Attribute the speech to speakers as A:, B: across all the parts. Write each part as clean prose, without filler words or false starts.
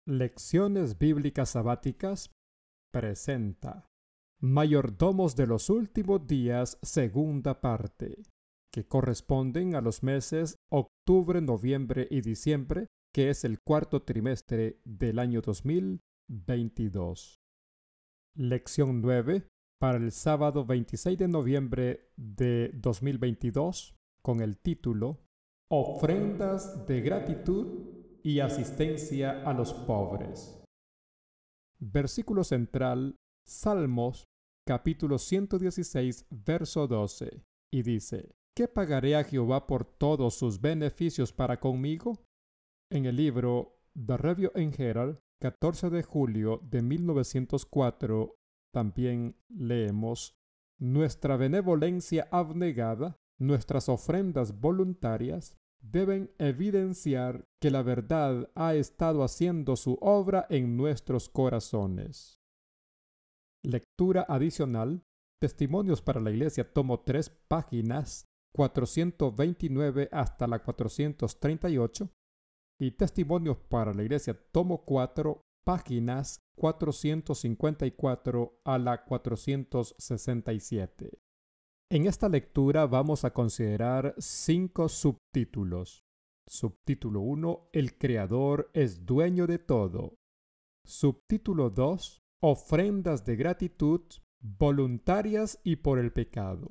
A: Lecciones Bíblicas Sabáticas presenta Mayordomos de los Últimos Días, segunda parte, que corresponden a los meses octubre, noviembre y diciembre, que es el cuarto trimestre del año 2022. Lección 9 para el sábado 26 de noviembre de 2022, con el título Ofrendas de gratitud y asistencia a los pobres. Versículo central, Salmos, capítulo 116, verso 12, y dice: ¿Qué pagaré a Jehová por todos sus beneficios para conmigo? En el libro The Review and Herald, 14 de julio de 1904, también leemos: nuestra benevolencia abnegada, nuestras ofrendas voluntarias, deben evidenciar que la verdad ha estado haciendo su obra en nuestros corazones. Lectura adicional, Testimonios para la Iglesia, tomo 3, páginas 429 hasta la 438, y Testimonios para la Iglesia, tomo 4, páginas 454 a la 467. En esta lectura vamos a considerar 5 subtítulos. Subtítulo 1, El Creador es dueño de todo. Subtítulo 2, Ofrendas de gratitud, voluntarias y por el pecado.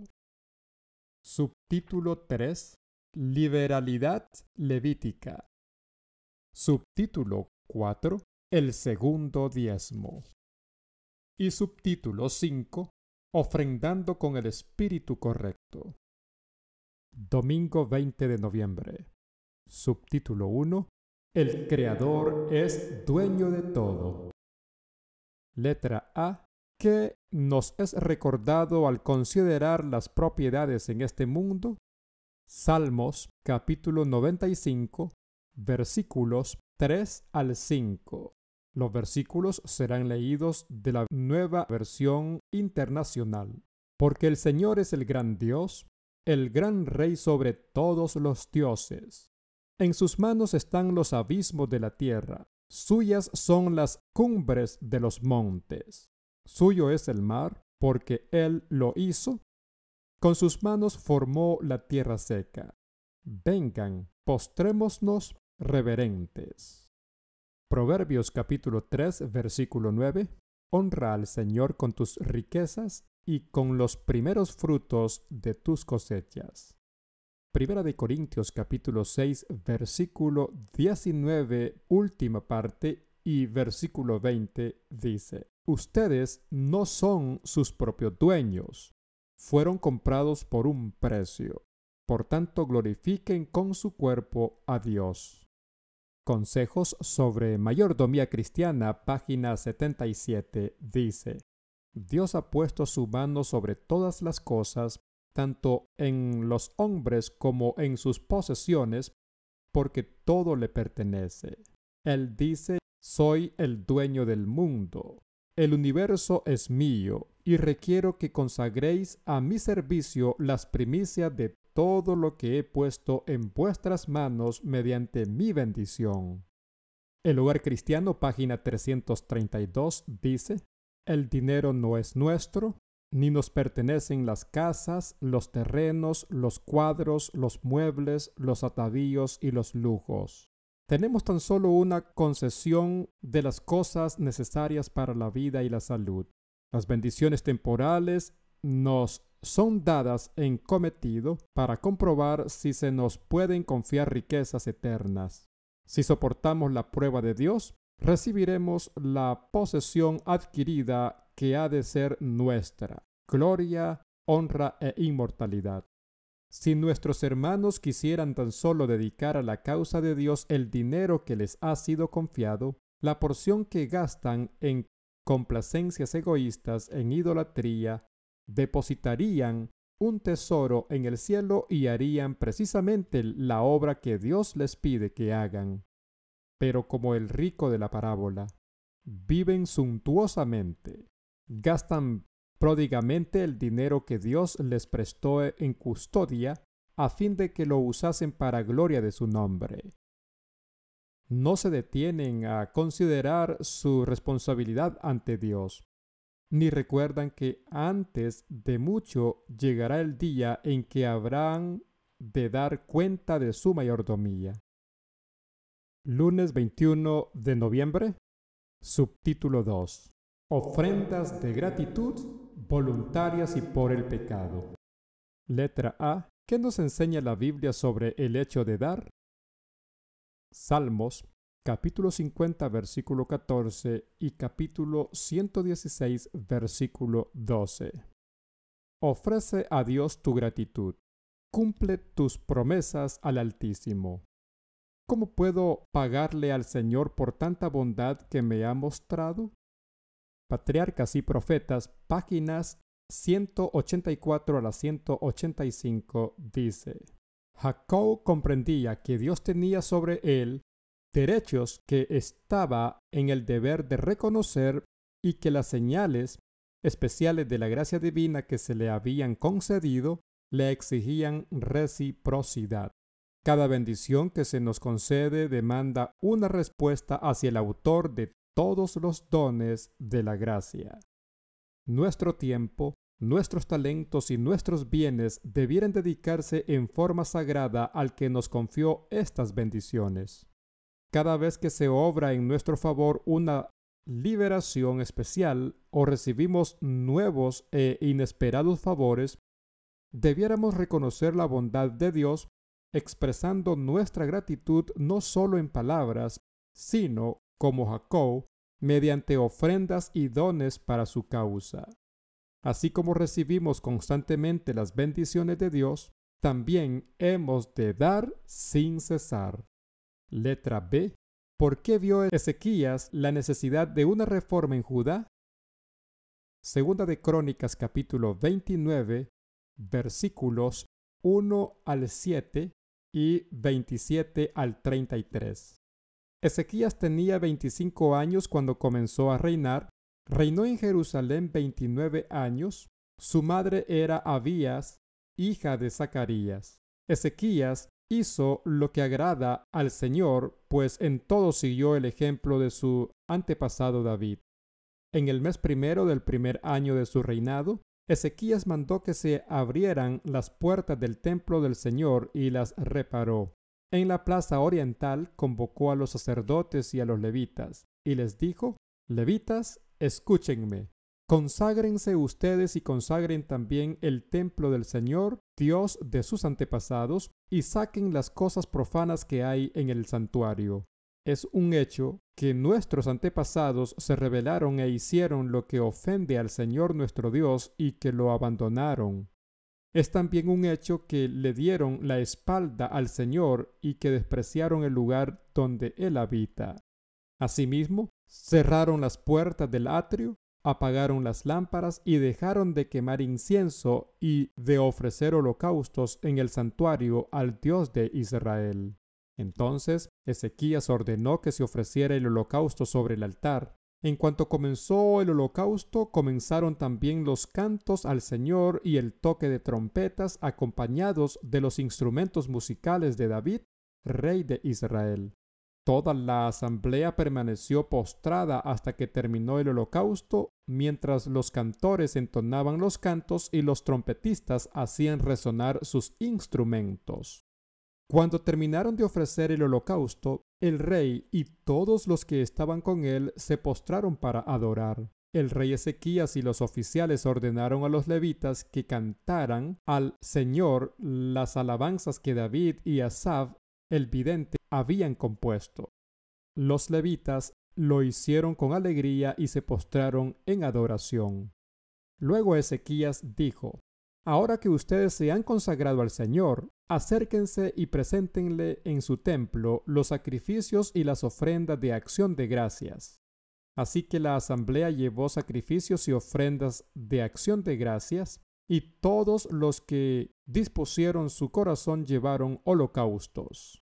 A: Subtítulo 3, Liberalidad levítica. Subtítulo 4, El segundo diezmo. Y subtítulo 5, Ofrendando con el espíritu correcto. Domingo 20 de noviembre. Subtítulo 1. El Creador es dueño de todo. Letra A. ¿Qué nos es recordado al considerar las propiedades en este mundo? Salmos, capítulo 95, versículos 3 al 5. Los versículos serán leídos de la Nueva Versión Internacional. Porque el Señor es el gran Dios, el gran Rey sobre todos los dioses. En sus manos están los abismos de la tierra, suyas son las cumbres de los montes. Suyo es el mar, porque Él lo hizo. Con sus manos formó la tierra seca. Vengan, postrémonos reverentes. Proverbios capítulo 3, versículo 9. Honra al Señor con tus riquezas y con los primeros frutos de tus cosechas. Primera de Corintios capítulo 6, versículo 19, última parte, y versículo 20 dice: ustedes no son sus propios dueños, fueron comprados por un precio. Por tanto, glorifiquen con su cuerpo a Dios. Consejos sobre mayordomía cristiana, página 77, dice: Dios ha puesto su mano sobre todas las cosas, tanto en los hombres como en sus posesiones, porque todo le pertenece. Él dice: soy el dueño del mundo. El universo es mío, y requiero que consagréis a mi servicio las primicias de todo lo que he puesto en vuestras manos mediante mi bendición. El Hogar Cristiano, página 332, dice: el dinero no es nuestro, ni nos pertenecen las casas, los terrenos, los cuadros, los muebles, los atavíos y los lujos. Tenemos tan solo una concesión de las cosas necesarias para la vida y la salud. Las bendiciones temporales nos son dadas en cometido para comprobar si se nos pueden confiar riquezas eternas. Si soportamos la prueba de Dios, recibiremos la posesión adquirida que ha de ser nuestra: gloria, honra e inmortalidad. Si nuestros hermanos quisieran tan solo dedicar a la causa de Dios el dinero que les ha sido confiado, la porción que gastan en complacencias egoístas, en idolatría, depositarían un tesoro en el cielo y harían precisamente la obra que Dios les pide que hagan. Pero como el rico de la parábola, viven suntuosamente, gastan pródigamente el dinero que Dios les prestó en custodia, a fin de que lo usasen para gloria de su nombre. no se detienen a considerar su responsabilidad ante Dios, ni recuerdan que antes de mucho llegará el día en que habrán de dar cuenta de su mayordomía. Lunes 21 de noviembre, subtítulo 2. Ofrendas de gratitud voluntarias y por el pecado. Letra A. ¿Qué nos enseña la Biblia sobre el hecho de dar? Salmos, capítulo 50, versículo 14 y capítulo 116, versículo 12. Ofrece a Dios tu gratitud. Cumple tus promesas al Altísimo. ¿Cómo puedo pagarle al Señor por tanta bondad que me ha mostrado? Patriarcas y Profetas, páginas 184 a la 185, dice: Jacob comprendía que Dios tenía sobre él derechos que estaba en el deber de reconocer y que las señales especiales de la gracia divina que se le habían concedido le exigían reciprocidad. Cada bendición que se nos concede demanda una respuesta hacia el autor de todos los dones de la gracia. Nuestro tiempo, nuestros talentos y nuestros bienes debieran dedicarse en forma sagrada al que nos confió estas bendiciones. Cada vez que se obra en nuestro favor una liberación especial o recibimos nuevos e inesperados favores, debiéramos reconocer la bondad de Dios expresando nuestra gratitud no solo en palabras, sino, como Jacob, mediante ofrendas y dones para su causa. Así como recibimos constantemente las bendiciones de Dios, también hemos de dar sin cesar. Letra B. ¿Por qué vio Ezequías la necesidad de una reforma en Judá? Segunda de Crónicas, capítulo 29, versículos 1 al 7 y 27 al 33. Ezequías tenía 25 años cuando comenzó a reinar. Reinó en Jerusalén 29 años. Su madre era Abías, hija de Zacarías. Ezequías hizo lo que agrada al Señor, pues en todo siguió el ejemplo de su antepasado David. En el mes primero del primer año de su reinado, Ezequías mandó que se abrieran las puertas del templo del Señor y las reparó. En la plaza oriental convocó a los sacerdotes y a los levitas, y les dijo: Levitas, escúchenme. Conságrense ustedes y consagren también el templo del Señor, Dios de sus antepasados, y saquen las cosas profanas que hay en el santuario. Es un hecho que nuestros antepasados se rebelaron e hicieron lo que ofende al Señor nuestro Dios y que lo abandonaron. Es también un hecho que le dieron la espalda al Señor y que despreciaron el lugar donde Él habita. Asimismo, cerraron las puertas del atrio, apagaron las lámparas y dejaron de quemar incienso y de ofrecer holocaustos en el santuario al Dios de Israel. Entonces Ezequías ordenó que se ofreciera el holocausto sobre el altar. En cuanto comenzó el holocausto, comenzaron también los cantos al Señor y el toque de trompetas acompañados de los instrumentos musicales de David, rey de Israel. Toda la asamblea permaneció postrada hasta que terminó el holocausto, mientras los cantores entonaban los cantos y los trompetistas hacían resonar sus instrumentos. Cuando terminaron de ofrecer el holocausto, el rey y todos los que estaban con él se postraron para adorar. El rey Ezequías y los oficiales ordenaron a los levitas que cantaran al Señor las alabanzas que David y Asaf, el vidente, habían compuesto. Los levitas lo hicieron con alegría y se postraron en adoración. Luego Ezequías dijo: Ahora que ustedes se han consagrado al Señor, acérquense y preséntenle en su templo los sacrificios y las ofrendas de acción de gracias. Así que la asamblea llevó sacrificios y ofrendas de acción de gracias, y todos los que dispusieron su corazón llevaron holocaustos.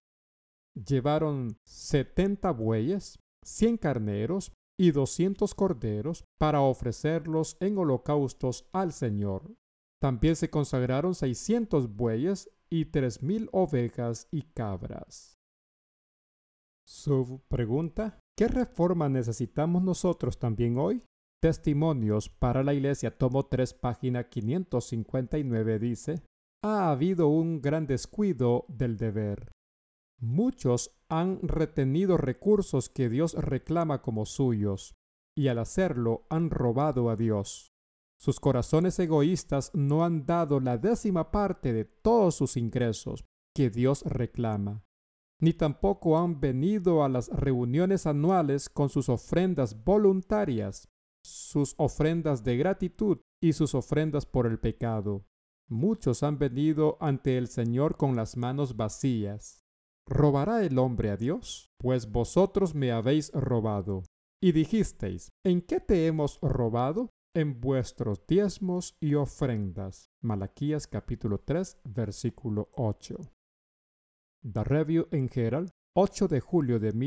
A: Llevaron 70 bueyes, 100 carneros y 200 corderos para ofrecerlos en holocaustos al Señor. También se consagraron 600 bueyes y 3,000 ovejas y cabras. Subpregunta: ¿qué reforma necesitamos nosotros también hoy? Testimonios para la Iglesia, tomo 3, página 559 dice: ha habido un gran descuido del deber. Muchos han retenido recursos que Dios reclama como suyos, y al hacerlo han robado a Dios. Sus corazones egoístas no han dado la 10ª parte de todos sus ingresos que Dios reclama, ni tampoco han venido a las reuniones anuales con sus ofrendas voluntarias, sus ofrendas de gratitud y sus ofrendas por el pecado. Muchos han venido ante el Señor con las manos vacías. ¿Robará el hombre a Dios? Pues vosotros me habéis robado. Y dijisteis: ¿en qué te hemos robado? En vuestros diezmos y ofrendas. Malaquías capítulo 3, versículo 8. The Review and Herald, 8 de julio de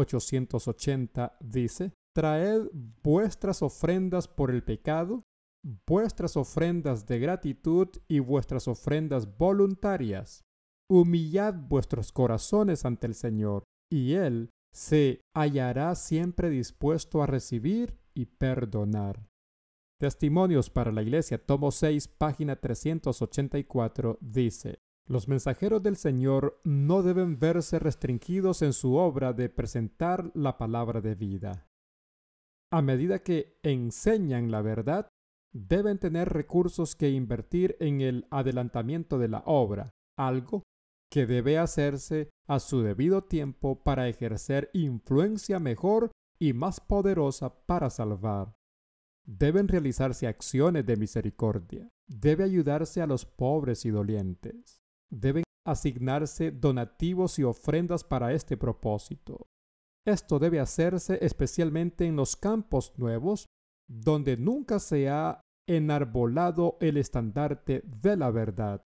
A: 1880, dice: traed vuestras ofrendas por el pecado, vuestras ofrendas de gratitud y vuestras ofrendas voluntarias. Humillad vuestros corazones ante el Señor, y Él se hallará siempre dispuesto a recibir y perdonar. Testimonios para la Iglesia, tomo 6, página 384, dice: los mensajeros del Señor no deben verse restringidos en su obra de presentar la palabra de vida. A medida que enseñan la verdad, deben tener recursos que invertir en el adelantamiento de la obra, algo que debe hacerse a su debido tiempo para ejercer influencia mejor y más poderosa para salvar. Deben realizarse acciones de misericordia. Debe ayudarse a los pobres y dolientes. Deben asignarse donativos y ofrendas para este propósito. Esto debe hacerse especialmente en los campos nuevos, donde nunca se ha enarbolado el estandarte de la verdad.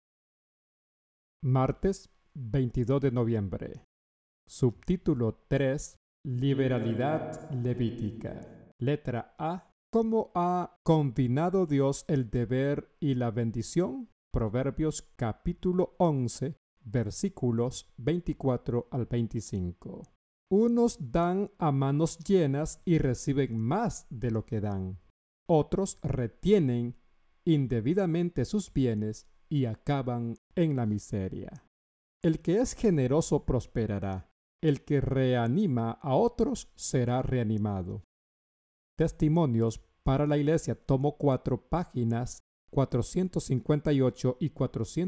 A: Martes 22 de noviembre. Subtítulo 3. Liberalidad levítica. Letra A. ¿Cómo ha combinado Dios el deber y la bendición? Proverbios capítulo 11, versículos 24 al 25. Unos dan a manos llenas y reciben más de lo que dan. Otros retienen indebidamente sus bienes y acaban en la miseria. El que es generoso prosperará. El que reanima a otros será reanimado. Testimonios para la Iglesia, tomo 4, páginas 458 y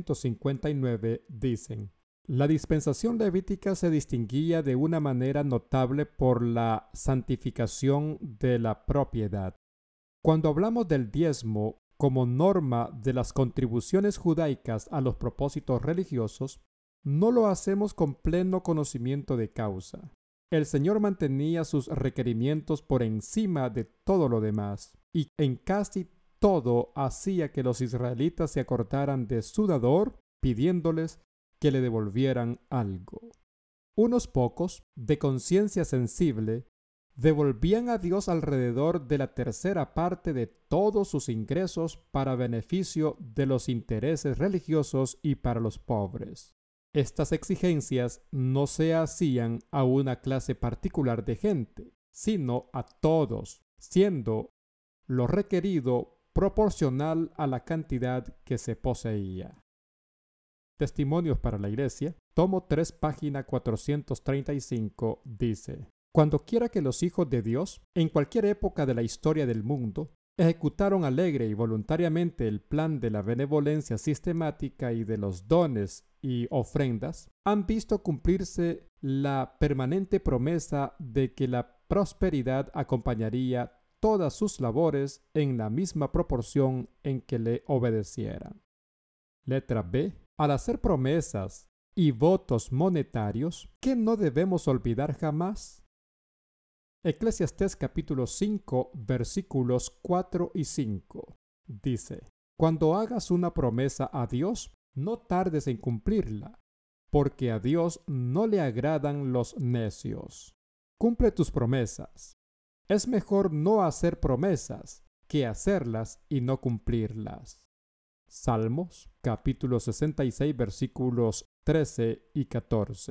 A: 459 dicen: la dispensación levítica se distinguía de una manera notable por la santificación de la propiedad. Cuando hablamos del diezmo como norma de las contribuciones judaicas a los propósitos religiosos, no lo hacemos con pleno conocimiento de causa. El Señor mantenía sus requerimientos por encima de todo lo demás, y en casi todo hacía que los israelitas se acordaran de su dador, pidiéndoles que le devolvieran algo. Unos pocos, de conciencia sensible, devolvían a Dios alrededor de la 1/3 parte de todos sus ingresos para beneficio de los intereses religiosos y para los pobres. Estas exigencias no se hacían a una clase particular de gente, sino a todos, siendo lo requerido proporcional a la cantidad que se poseía. Testimonios para la Iglesia, tomo 3, página 435, dice: cuando quiera que los hijos de Dios, en cualquier época de la historia del mundo, ejecutaron alegre y voluntariamente el plan de la benevolencia sistemática y de los dones y ofrendas, han visto cumplirse la permanente promesa de que la prosperidad acompañaría todas sus labores en la misma proporción en que le obedecieran. Letra B. Al hacer promesas y votos monetarios, ¿qué no debemos olvidar jamás? Eclesiastés capítulo 5, versículos 4 y 5. Dice: cuando hagas una promesa a Dios, no tardes en cumplirla, porque a Dios no le agradan los necios. Cumple tus promesas. Es mejor no hacer promesas que hacerlas y no cumplirlas. Salmos capítulo 66, versículos 13 y 14.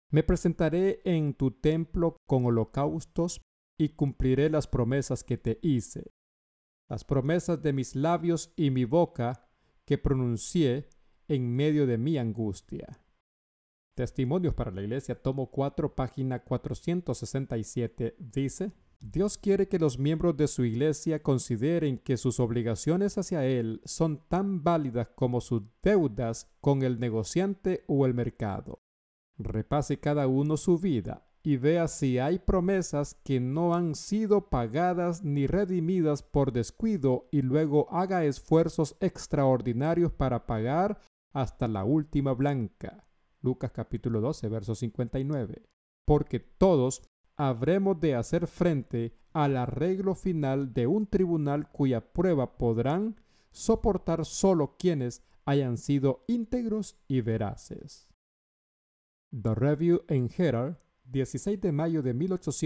A: Me presentaré en tu templo con holocaustos y cumpliré las promesas que te hice, las promesas de mis labios y mi boca que pronuncié en medio de mi angustia. Testimonios para la Iglesia, tomo 4, página 467, dice: Dios quiere que los miembros de su Iglesia consideren que sus obligaciones hacia Él son tan válidas como sus deudas con el negociante o el mercado. Repase cada uno su vida y vea si hay promesas que no han sido pagadas ni redimidas por descuido, y luego haga esfuerzos extraordinarios para pagar hasta la última blanca. Lucas capítulo 12, verso 59. Porque todos habremos de hacer frente al arreglo final de un tribunal cuya prueba podrán soportar solo quienes hayan sido íntegros y veraces. The Review and Herald, 16 de mayo de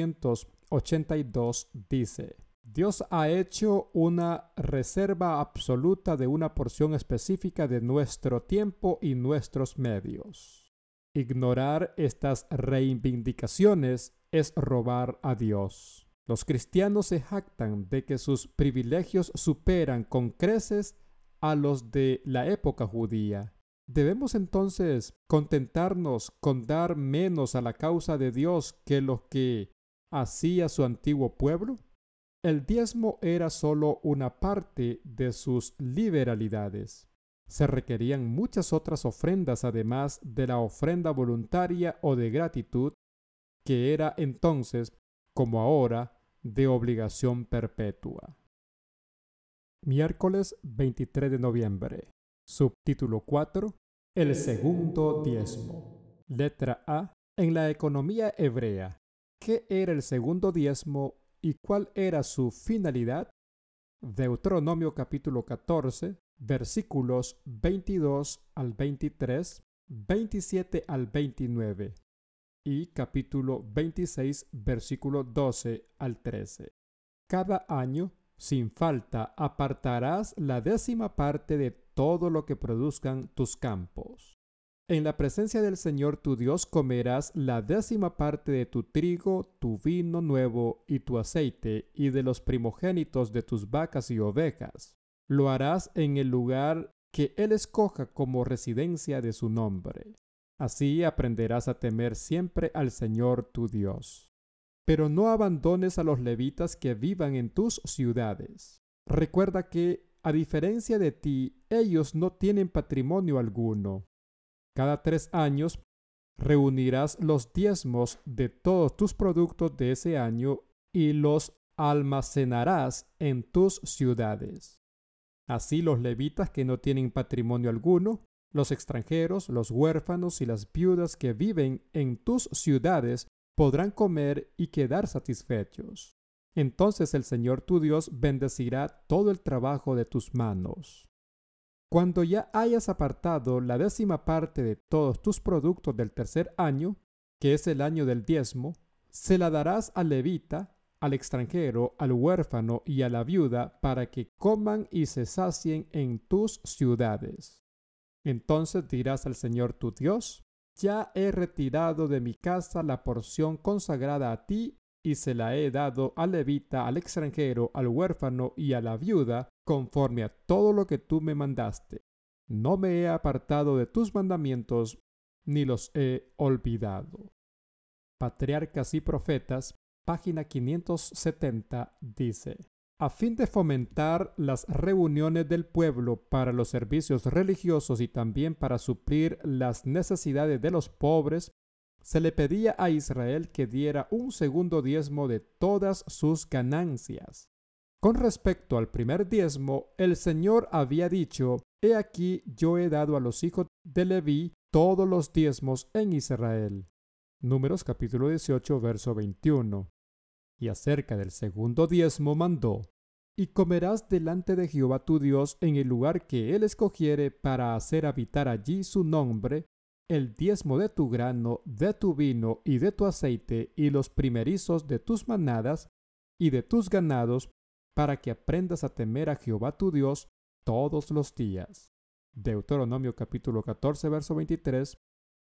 A: 1882, dice: Dios ha hecho una reserva absoluta de una porción específica de nuestro tiempo y nuestros medios. Ignorar estas reivindicaciones es robar a Dios. Los cristianos se jactan de que sus privilegios superan con creces a los de la época judía. ¿Debemos entonces contentarnos con dar menos a la causa de Dios que lo que hacía su antiguo pueblo? El diezmo era solo una parte de sus liberalidades. Se requerían muchas otras ofrendas además de la ofrenda voluntaria o de gratitud, que era entonces, como ahora, de obligación perpetua. Miércoles 23 de noviembre. Subtítulo 4. El segundo diezmo. Letra A. En la economía hebrea, ¿qué era el segundo diezmo y cuál era su finalidad? Deuteronomio capítulo 14, versículos 22 al 23, 27 al 29 y capítulo 26, versículo 12 al 13. Cada año, sin falta, apartarás la 10ª parte de todo lo que produzcan tus campos. En la presencia del Señor tu Dios comerás la 10ª parte de tu trigo, tu vino nuevo y tu aceite, y de los primogénitos de tus vacas y ovejas. Lo harás en el lugar que Él escoja como residencia de su nombre. Así aprenderás a temer siempre al Señor tu Dios. Pero no abandones a los levitas que vivan en tus ciudades. Recuerda que, a diferencia de ti, ellos no tienen patrimonio alguno. Cada 3 años reunirás los diezmos de todos tus productos de ese año y los almacenarás en tus ciudades. Así los levitas que no tienen patrimonio alguno, los extranjeros, los huérfanos y las viudas que viven en tus ciudades podrán comer y quedar satisfechos. Entonces el Señor tu Dios bendecirá todo el trabajo de tus manos. Cuando ya hayas apartado la 10ª parte de todos tus productos del tercer año, que es el año del diezmo, se la darás al levita, al extranjero, al huérfano y a la viuda para que coman y se sacien en tus ciudades. Entonces dirás al Señor tu Dios: ya he retirado de mi casa la porción consagrada a ti y se la he dado al levita, al extranjero, al huérfano y a la viuda, conforme a todo lo que tú me mandaste. No me he apartado de tus mandamientos, ni los he olvidado. Patriarcas y Profetas, página 570, dice: a fin de fomentar las reuniones del pueblo para los servicios religiosos y también para suplir las necesidades de los pobres, se le pedía a Israel que diera un segundo diezmo de todas sus ganancias. Con respecto al primer diezmo, el Señor había dicho: he aquí yo he dado a los hijos de Leví todos los diezmos en Israel. Números capítulo 18, verso 21. Y acerca del segundo diezmo mandó: y comerás delante de Jehová tu Dios en el lugar que Él escogiere para hacer habitar allí su nombre, el diezmo de tu grano, de tu vino y de tu aceite, y los primerizos de tus manadas y de tus ganados, para que aprendas a temer a Jehová tu Dios todos los días. Deuteronomio capítulo 14, verso 23,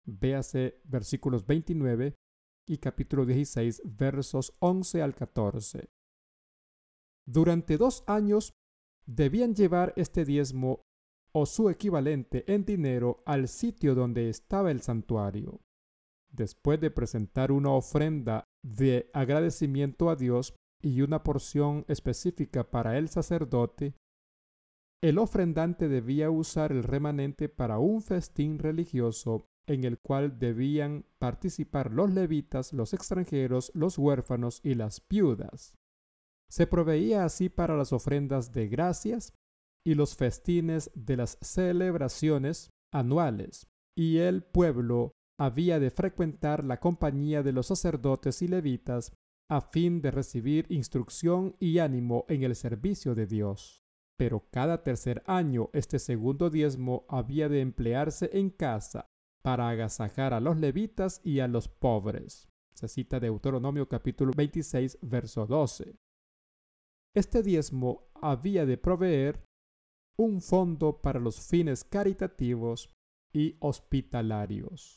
A: Véase versículos 29 y capítulo 16, versos 11 al 14. Durante 2 años debían llevar este diezmo o su equivalente en dinero al sitio donde estaba el santuario. Después de presentar una ofrenda de agradecimiento a Dios y una porción específica para el sacerdote, el ofrendante debía usar el remanente para un festín religioso en el cual debían participar los levitas, los extranjeros, los huérfanos y las viudas. Se proveía así para las ofrendas de gracias y los festines de las celebraciones anuales, y el pueblo había de frecuentar la compañía de los sacerdotes y levitas a fin de recibir instrucción y ánimo en el servicio de Dios. Pero cada tercer año este segundo diezmo había de emplearse en casa para agasajar a los levitas y a los pobres. Se cita Deuteronomio capítulo 26, verso 12. Este diezmo había de proveer un fondo para los fines caritativos y hospitalarios.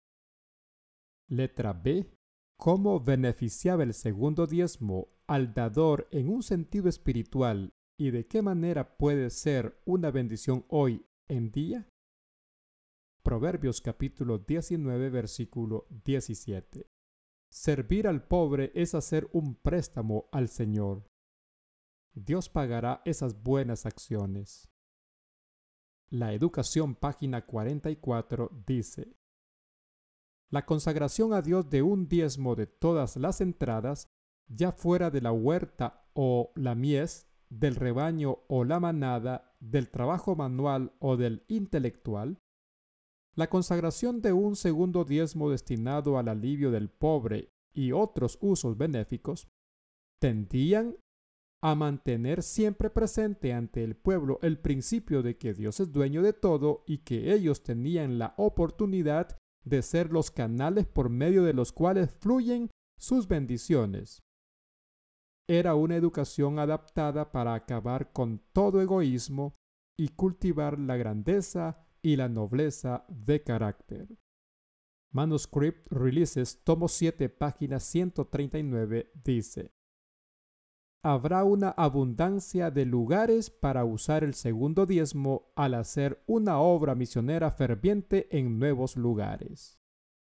A: Letra B. ¿Cómo beneficiaba el segundo diezmo al dador en un sentido espiritual y de qué manera puede ser una bendición hoy en día? Proverbios capítulo 19, versículo 17. Servir al pobre es hacer un préstamo al Señor. Dios pagará esas buenas acciones. La Educación, página 44, dice: la consagración a Dios de un diezmo de todas las entradas, ya fuera de la huerta o la mies, del rebaño o la manada, del trabajo manual o del intelectual, la consagración de un segundo diezmo destinado al alivio del pobre y otros usos benéficos, tendían a mantener siempre presente ante el pueblo el principio de que Dios es dueño de todo y que ellos tenían la oportunidad de ser los canales por medio de los cuales fluyen sus bendiciones. Era una educación adaptada para acabar con todo egoísmo y cultivar la grandeza y la nobleza de carácter. Manuscript Releases, tomo 7, página 139, dice: habrá una abundancia de lugares para usar el segundo diezmo al hacer una obra misionera ferviente en nuevos lugares.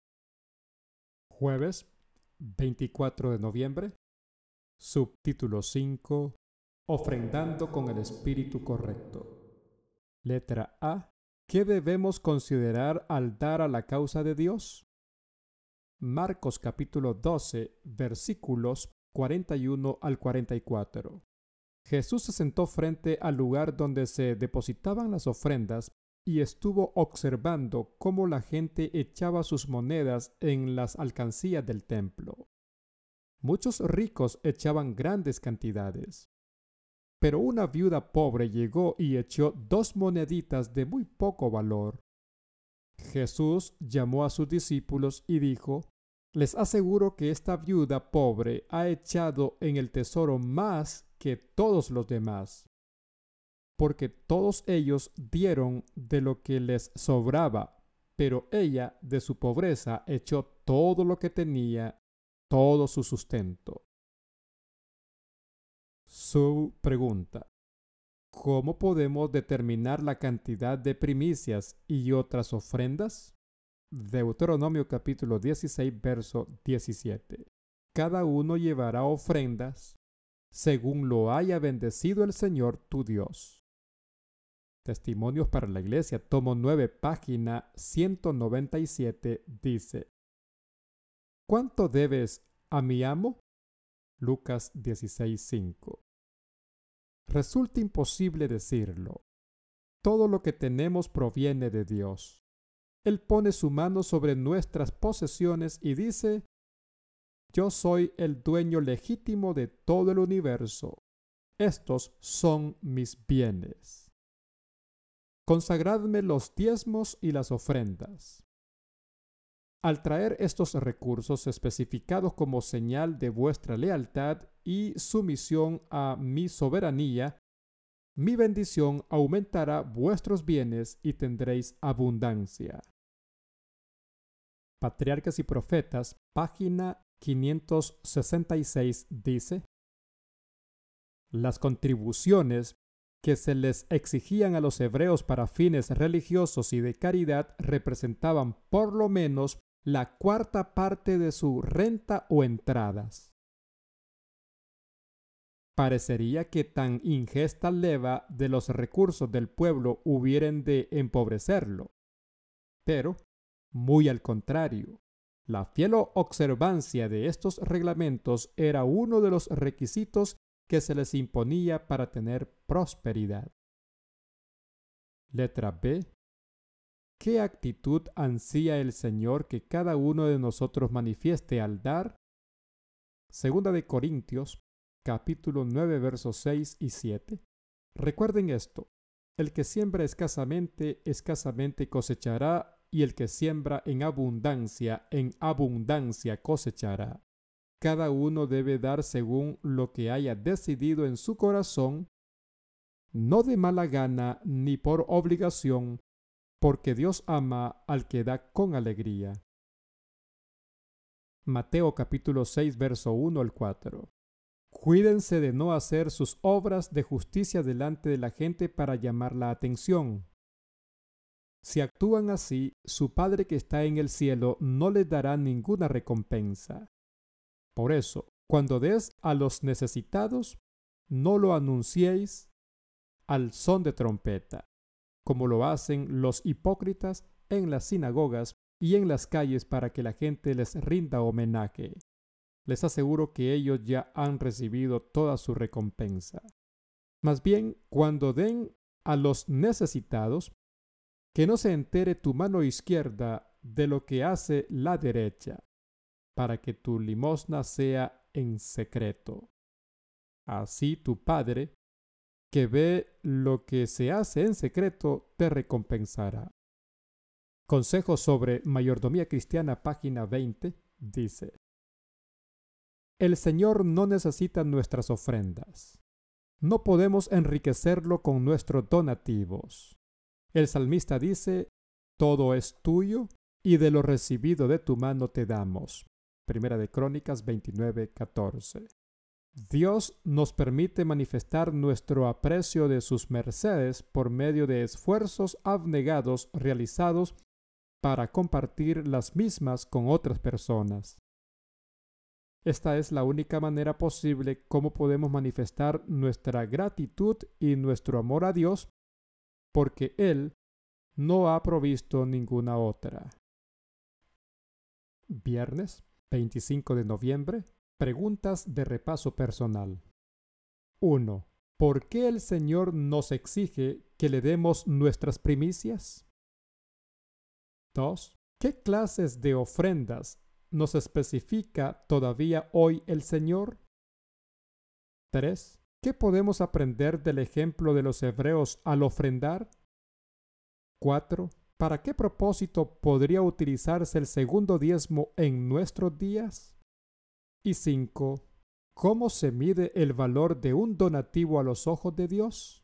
A: Jueves 24 de noviembre. Subtítulo 5. Ofrendando con el espíritu correcto. Letra A. ¿Qué debemos considerar al dar a la causa de Dios? Marcos capítulo 12, versículos 41 al 44. Jesús se sentó frente al lugar donde se depositaban las ofrendas y estuvo observando cómo la gente echaba sus monedas en las alcancías del templo. Muchos ricos echaban grandes cantidades, pero una viuda pobre llegó y echó 2 moneditas de muy poco valor. Jesús llamó a sus discípulos y dijo: les aseguro que esta viuda pobre ha echado en el tesoro más que todos los demás, porque todos ellos dieron de lo que les sobraba, pero ella de su pobreza echó todo lo que tenía, todo su sustento. Su pregunta: ¿cómo podemos determinar la cantidad de primicias y otras ofrendas? Deuteronomio capítulo 16, verso 17. Cada uno llevará ofrendas según lo haya bendecido el Señor tu Dios. Testimonios para la Iglesia, tomo 9, página 197, dice: ¿cuánto debes a mi amo? Lucas 16, 5. Resulta imposible decirlo. Todo lo que tenemos proviene de Dios. Él pone su mano sobre nuestras posesiones y dice: yo soy el dueño legítimo de todo el universo. Estos son mis bienes. Consagradme los diezmos y las ofrendas. Al traer estos recursos especificados como señal de vuestra lealtad y sumisión a mi soberanía, mi bendición aumentará vuestros bienes y tendréis abundancia. Patriarcas y Profetas, página 566, dice: las contribuciones que se les exigían a los hebreos para fines religiosos y de caridad representaban por lo menos la cuarta parte de su renta o entradas. Parecería que tan ingesta leva de los recursos del pueblo hubieran de empobrecerlo. Pero, muy al contrario, la fiel observancia de estos reglamentos era uno de los requisitos que se les imponía para tener prosperidad. Letra B. ¿Qué actitud ansía el Señor que cada uno de nosotros manifieste al dar? Segunda de Corintios, capítulo 9, versos 6 y 7. Recuerden esto: el que siembra escasamente, escasamente cosechará, y el que siembra en abundancia cosechará. Cada uno debe dar según lo que haya decidido en su corazón, no de mala gana ni por obligación, porque Dios ama al que da con alegría. Mateo capítulo 6, verso 1 al 4. Cuídense de no hacer sus obras de justicia delante de la gente para llamar la atención. Si actúan así, su Padre que está en el cielo no les dará ninguna recompensa. Por eso, cuando des a los necesitados, no lo anunciéis al son de trompeta, como lo hacen los hipócritas en las sinagogas y en las calles para que la gente les rinda homenaje. Les aseguro que ellos ya han recibido toda su recompensa. Más bien, cuando den a los necesitados, que no se entere tu mano izquierda de lo que hace la derecha, para que tu limosna sea en secreto. Así tu Padre, que ve lo que se hace en secreto, te recompensará. Consejo sobre mayordomía cristiana, página 20, dice: el Señor no necesita nuestras ofrendas. No podemos enriquecerlo con nuestros donativos. El salmista dice: todo es tuyo y de lo recibido de tu mano te damos. Primera de Crónicas 29:14. Dios nos permite manifestar nuestro aprecio de sus mercedes por medio de esfuerzos abnegados realizados para compartir las mismas con otras personas. Esta es la única manera posible como podemos manifestar nuestra gratitud y nuestro amor a Dios, porque Él no ha provisto ninguna otra. Viernes 25 de noviembre. Preguntas de repaso personal. 1. ¿Por qué el Señor nos exige que le demos nuestras primicias? 2. ¿Qué clases de ofrendas nos especifica todavía hoy el Señor? 3. ¿Qué podemos aprender del ejemplo de los hebreos al ofrendar? 4. ¿Para qué propósito podría utilizarse el segundo diezmo en nuestros días? Y 5. ¿Cómo se mide el valor de un donativo a los ojos de Dios?